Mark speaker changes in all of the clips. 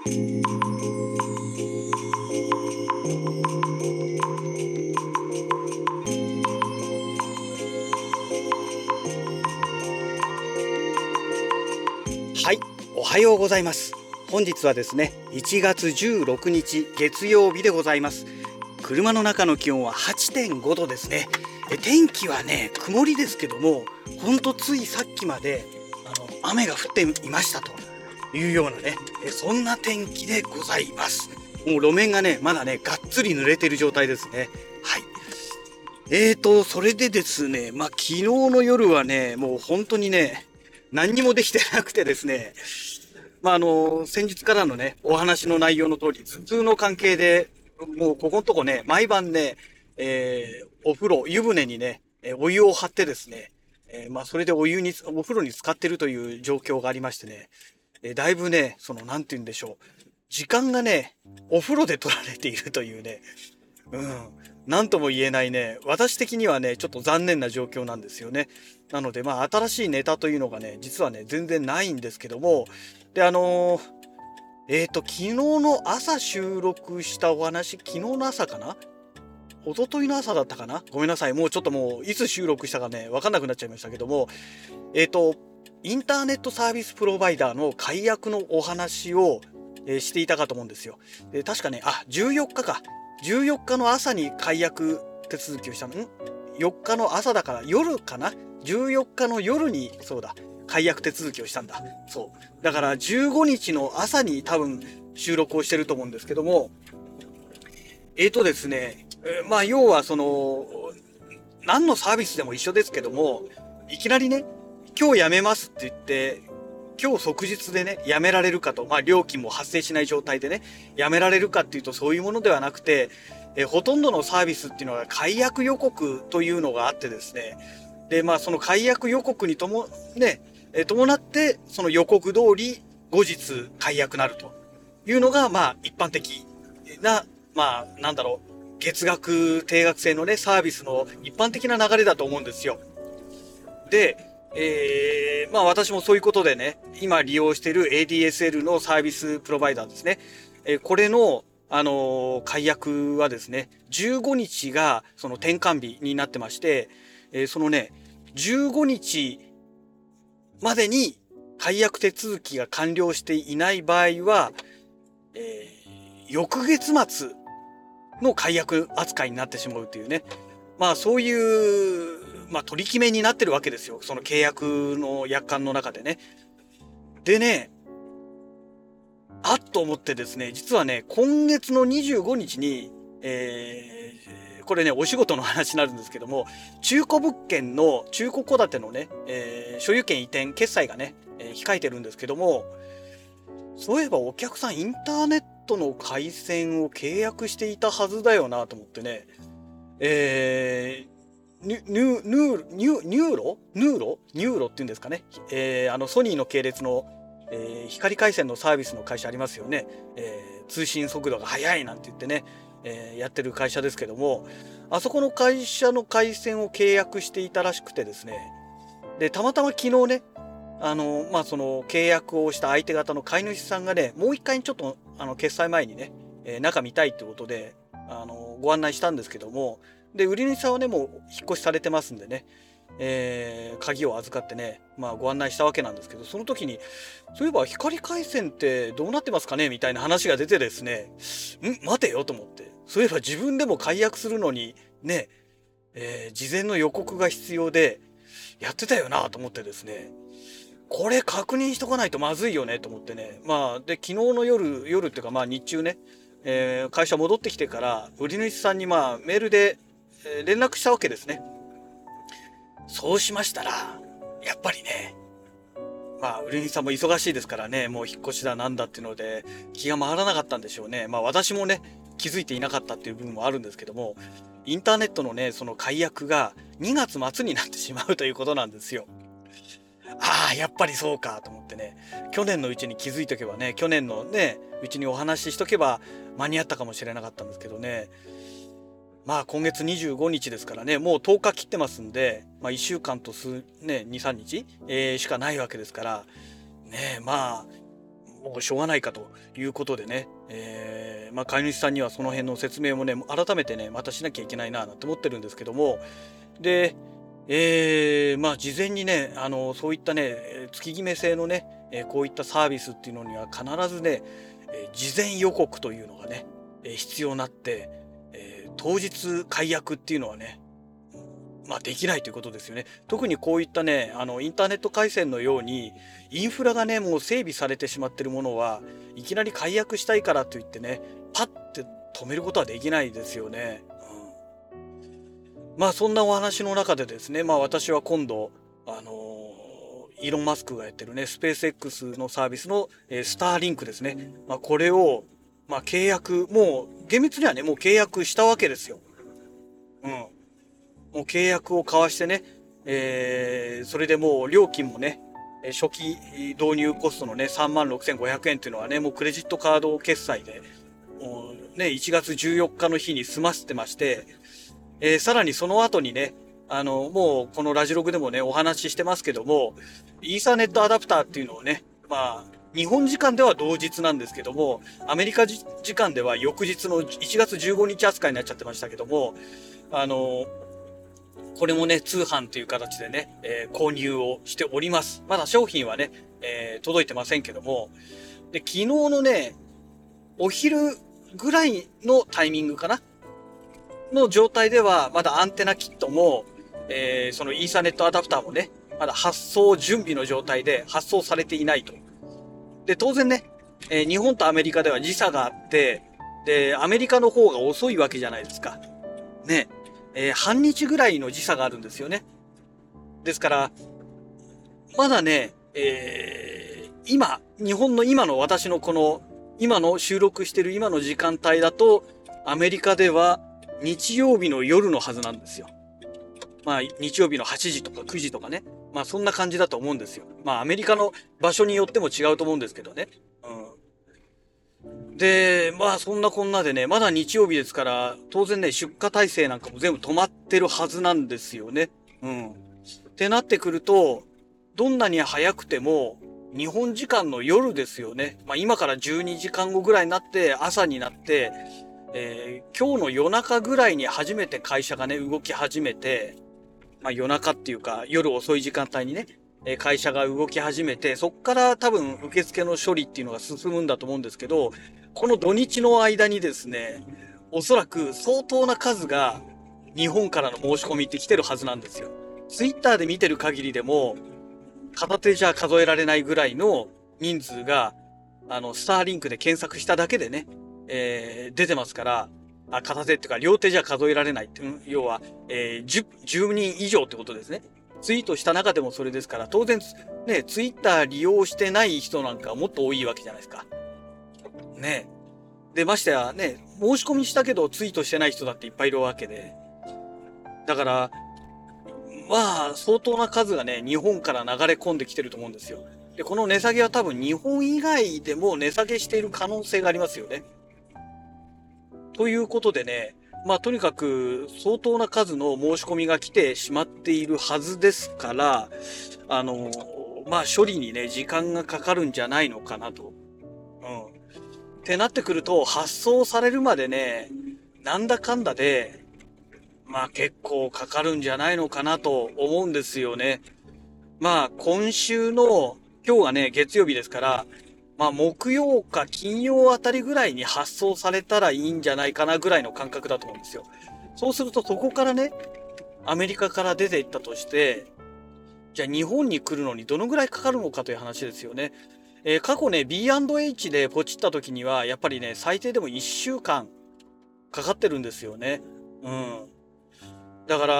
Speaker 1: はい、おはようございます。本日はですね、1月16日月曜日でございます。車の中の気温は 8.5 度ですね。天気はね、曇りですけども、ほんとついさっきまで雨が降っていましたというようなね、そんな天気でございます。もう路面がね、まだね、がっつり濡れている状態ですね。はい。それでですね、昨日の夜はね、もう本当にね、何にもできてなくてですね、先日からのね、お話の内容の通り、頭痛の関係で、もうここのとこね、毎晩ね、お風呂、湯船にね、お湯を張ってですね、それでお風呂に浸かってるという状況がありましてね、だいぶね、なんて言うんでしょう、時間がね、お風呂で取られているというね、なんとも言えないね、私的にはね、ちょっと残念な状況なんですよね。なので、新しいネタというのがね、実はね、全然ないんですけども、で、昨日の朝収録したお話、昨日の朝かな、一昨日の朝だったかな、ごめんなさい。もうちょっともう、いつ収録したかね、わかんなくなっちゃいましたけども、インターネットサービスプロバイダーの解約のお話を、していたかと思うんですよ。確かね、14日か。14日の朝に解約手続きをしたの。4日の朝だから夜かな。14日の夜に、そうだ、解約手続きをしたんだ。そう。だから15日の朝に多分収録をしてると思うんですけども、ですね、要は何のサービスでも一緒ですけども、いきなりね、今日やめますって言って、今日即日でね、やめられるかと、料金も発生しない状態でね、やめられるかっていうとそういうものではなくて、ほとんどのサービスっていうのは解約予告というのがあってですね、で、その解約予告に伴って、その予告通り後日解約なるというのが、一般的な、月額定額制のね、サービスの一般的な流れだと思うんですよ。で、私もそういうことでね、今利用している ADSL のサービスプロバイダーですね。これの、解約はですね、15日がその転換日になってまして、そのね、15日までに解約手続きが完了していない場合は、翌月末の解約扱いになってしまうというね、そういう、取り決めになってるわけですよ。その契約の約款の中でね。でね、と思ってですね、実はね、今月の25日に、これね、お仕事の話になるんですけども、中古物件の、中古戸建てのね、所有権移転、決済がね、控えてるんですけども、そういえばお客さんインターネットの回線を契約していたはずだよなと思ってね、ニューロっていうんですかね。ソニーの系列の、光回線のサービスの会社ありますよね。通信速度が速いなんて言ってね、やってる会社ですけども、あそこの会社の回線を契約していたらしくてですね。で、たまたま昨日ね、その契約をした相手方の買い主さんがね、もう一回ちょっと、決済前にね、中見たいってことで、ご案内したんですけども、で、売り主さんはね、もう引っ越しされてますんでね、鍵を預かってね、ご案内したわけなんですけど、その時に、そういえば光回線ってどうなってますかねみたいな話が出てですね、待てよと思って。そういえば自分でも解約するのに、ね、事前の予告が必要で、やってたよなと思ってですね、これ確認しとかないとまずいよねと思ってね。で、昨日の夜っていうか日中ね、会社戻ってきてから、売り主さんにメールで、連絡したわけですね。そうしましたら、やっぱりね、売り主さんも忙しいですからね、もう引っ越しだなんだっていうので、気が回らなかったんでしょうね。私もね、気づいていなかったっていう部分もあるんですけども、インターネットのね、その解約が2月末になってしまうということなんですよ。やっぱりそうかと思ってね、去年のうちに気づいとけばね、去年のね、うちにお話ししとけば間に合ったかもしれなかったんですけどね。今月25日ですからね、もう10日切ってますんで、1週間と2、3日、しかないわけですから、ね、 もうしょうがないかということでね、飼い主さんにはその辺の説明もね、改めてね、またしなきゃいけないななんて思ってるんですけども、で、事前にね、そういったね、月決め制のね、こういったサービスっていうのには必ずね、事前予告というのがね、必要になって、当日解約っていうのはね、できないということですよね。特にこういったね、インターネット回線のように、インフラがね、もう整備されてしまっているものは、いきなり解約したいからといってね、パッて止めることはできないですよね。そんなお話の中でですね、私は今度、イーロン・マスクがやってるね、スペース X のサービスの、スターリンクですね。これを、契約、もう厳密にはね、もう契約したわけですよ。もう契約を交わしてね、それでもう料金もね、初期導入コストのね、36,500円っていうのはね、もうクレジットカード決済で、もうね、1月14日の日に済ませてまして、さらにその後にね、もうこのラジログでもね、お話ししてますけども、イーサネットアダプターっていうのをね、日本時間では同日なんですけども、アメリカ時間では翌日の1月15日扱いになっちゃってましたけども、これもね、通販という形でね、購入をしております。まだ商品はね、届いてませんけども、で、昨日のね、お昼ぐらいのタイミングかなの状態では、まだアンテナキットも、そのイーサネットアダプターもね、まだ発送準備の状態で発送されていないと。で、当然ね、日本とアメリカでは時差があって、で、アメリカの方が遅いわけじゃないですか。ね。半日ぐらいの時差があるんですよね。ですから、まだね、日本の今の私のこの、今の収録してる今の時間帯だと、アメリカでは日曜日の夜のはずなんですよ。日曜日の8時とか9時とかね。そんな感じだと思うんですよ。アメリカの場所によっても違うと思うんですけどね。で、そんなこんなでね、まだ日曜日ですから、当然ね、出荷体制なんかも全部止まってるはずなんですよね。ってなってくると、どんなに早くても、日本時間の夜ですよね。今から12時間後ぐらいになって、朝になって、今日の夜中ぐらいに初めて会社がね、動き始めて、夜中っていうか、夜遅い時間帯にね、会社が動き始めて、そっから多分受付の処理っていうのが進むんだと思うんですけど、この土日の間にですね、おそらく相当な数が日本からの申し込みって来てるはずなんですよ。ツイッターで見てる限りでも、片手じゃ数えられないぐらいの人数が、スターリンクで検索しただけでね、出てますから、片手っていうか両手じゃ数えられないって、要は、10人以上ってことですね。ツイートした中でもそれですから、当然ね、ツイッター利用してない人なんかはもっと多いわけじゃないですか。ね。で、ましてやね、申し込みしたけどツイートしてない人だっていっぱいいるわけで。だから、相当な数がね、日本から流れ込んできてると思うんですよ。で、この値下げは多分日本以外でも値下げしている可能性がありますよね。ということでね、とにかく相当な数の申し込みが来てしまっているはずですから、処理にね、時間がかかるんじゃないのかなと。ってなってくると、発送されるまでね、なんだかんだで、結構かかるんじゃないのかなと思うんですよね。今週の、今日がね、月曜日ですから、木曜か金曜あたりぐらいに発送されたらいいんじゃないかなぐらいの感覚だと思うんですよ。そうするとそこからね、アメリカから出ていったとして、じゃあ日本に来るのにどのぐらいかかるのかという話ですよね。過去ね、B&H でポチった時には、やっぱりね、最低でも1週間かかってるんですよね。だから、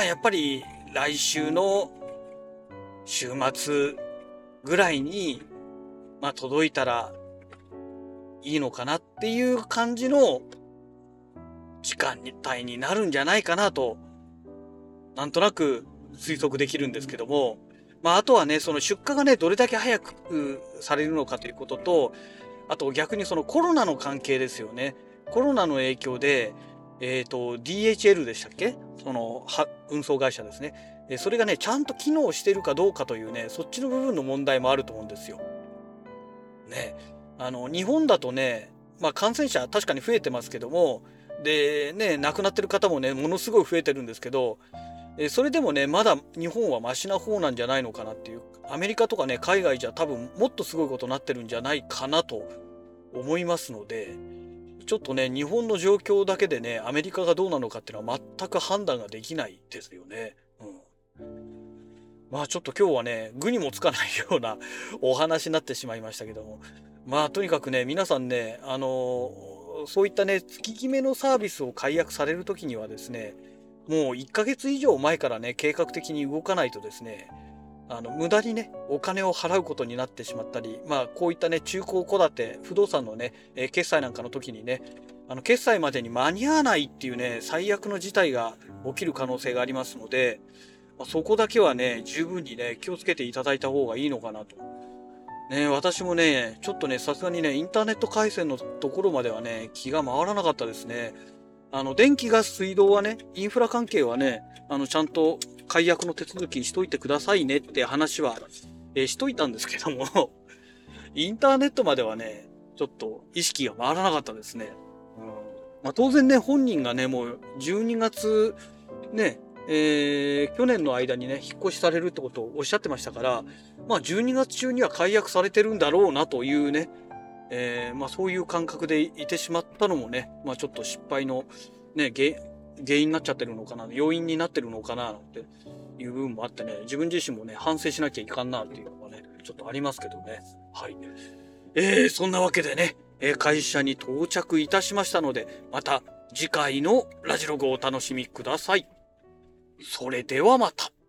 Speaker 1: やっぱり来週の週末ぐらいに、届いたらいいのかなっていう感じの時間帯になるんじゃないかなと、なんとなく推測できるんですけども、あとはね、その出荷がね、どれだけ早くされるのかということと、あと逆にそのコロナの関係ですよね。コロナの影響で、DHL でしたっけ？その、運送会社ですね。それがね、ちゃんと機能してるかどうかというね、そっちの部分の問題もあると思うんですよ。 ね。日本だとね、感染者確かに増えてますけども、でね、亡くなってる方もね、ものすごい増えてるんですけど、それでもね、まだ日本はマシな方なんじゃないのかなっていう、アメリカとかね、海外じゃ多分もっとすごいことになってるんじゃないかなと思いますので、ちょっとね、日本の状況だけでね、アメリカがどうなのかっていうのは全く判断ができないですよね。ちょっと今日はね、具にもつかないようなお話になってしまいましたけども。とにかくね、皆さんね、そういったね、月決めのサービスを解約されるときにはですね、もう1ヶ月以上前からね、計画的に動かないとですね、無駄にね、お金を払うことになってしまったり、こういったね、中古戸建て、不動産のね、決済なんかの時にね、決済までに間に合わないっていうね、最悪の事態が起きる可能性がありますので、そこだけはね、十分にね、気をつけていただいた方がいいのかなと。ね、私もね、ちょっとね、さすがにね、インターネット回線のところまではね、気が回らなかったですね。電気、ガス、水道はね、インフラ関係はね、ちゃんと解約の手続きしといてくださいねって話は、しといたんですけども、インターネットまではね、ちょっと意識が回らなかったですね。当然ね、本人がね、もう12月ね、去年の間にね、引っ越しされるってことをおっしゃってましたから、12月中には解約されてるんだろうなというね、そういう感覚でいてしまったのもね、ちょっと失敗のね、原因になっちゃってるのかな、要因になってるのかな、なんていう部分もあってね、自分自身もね、反省しなきゃいかんなっていうのがね、ちょっとありますけどね。はい。そんなわけでね、会社に到着いたしましたので、また次回のラジログをお楽しみください。それではまた。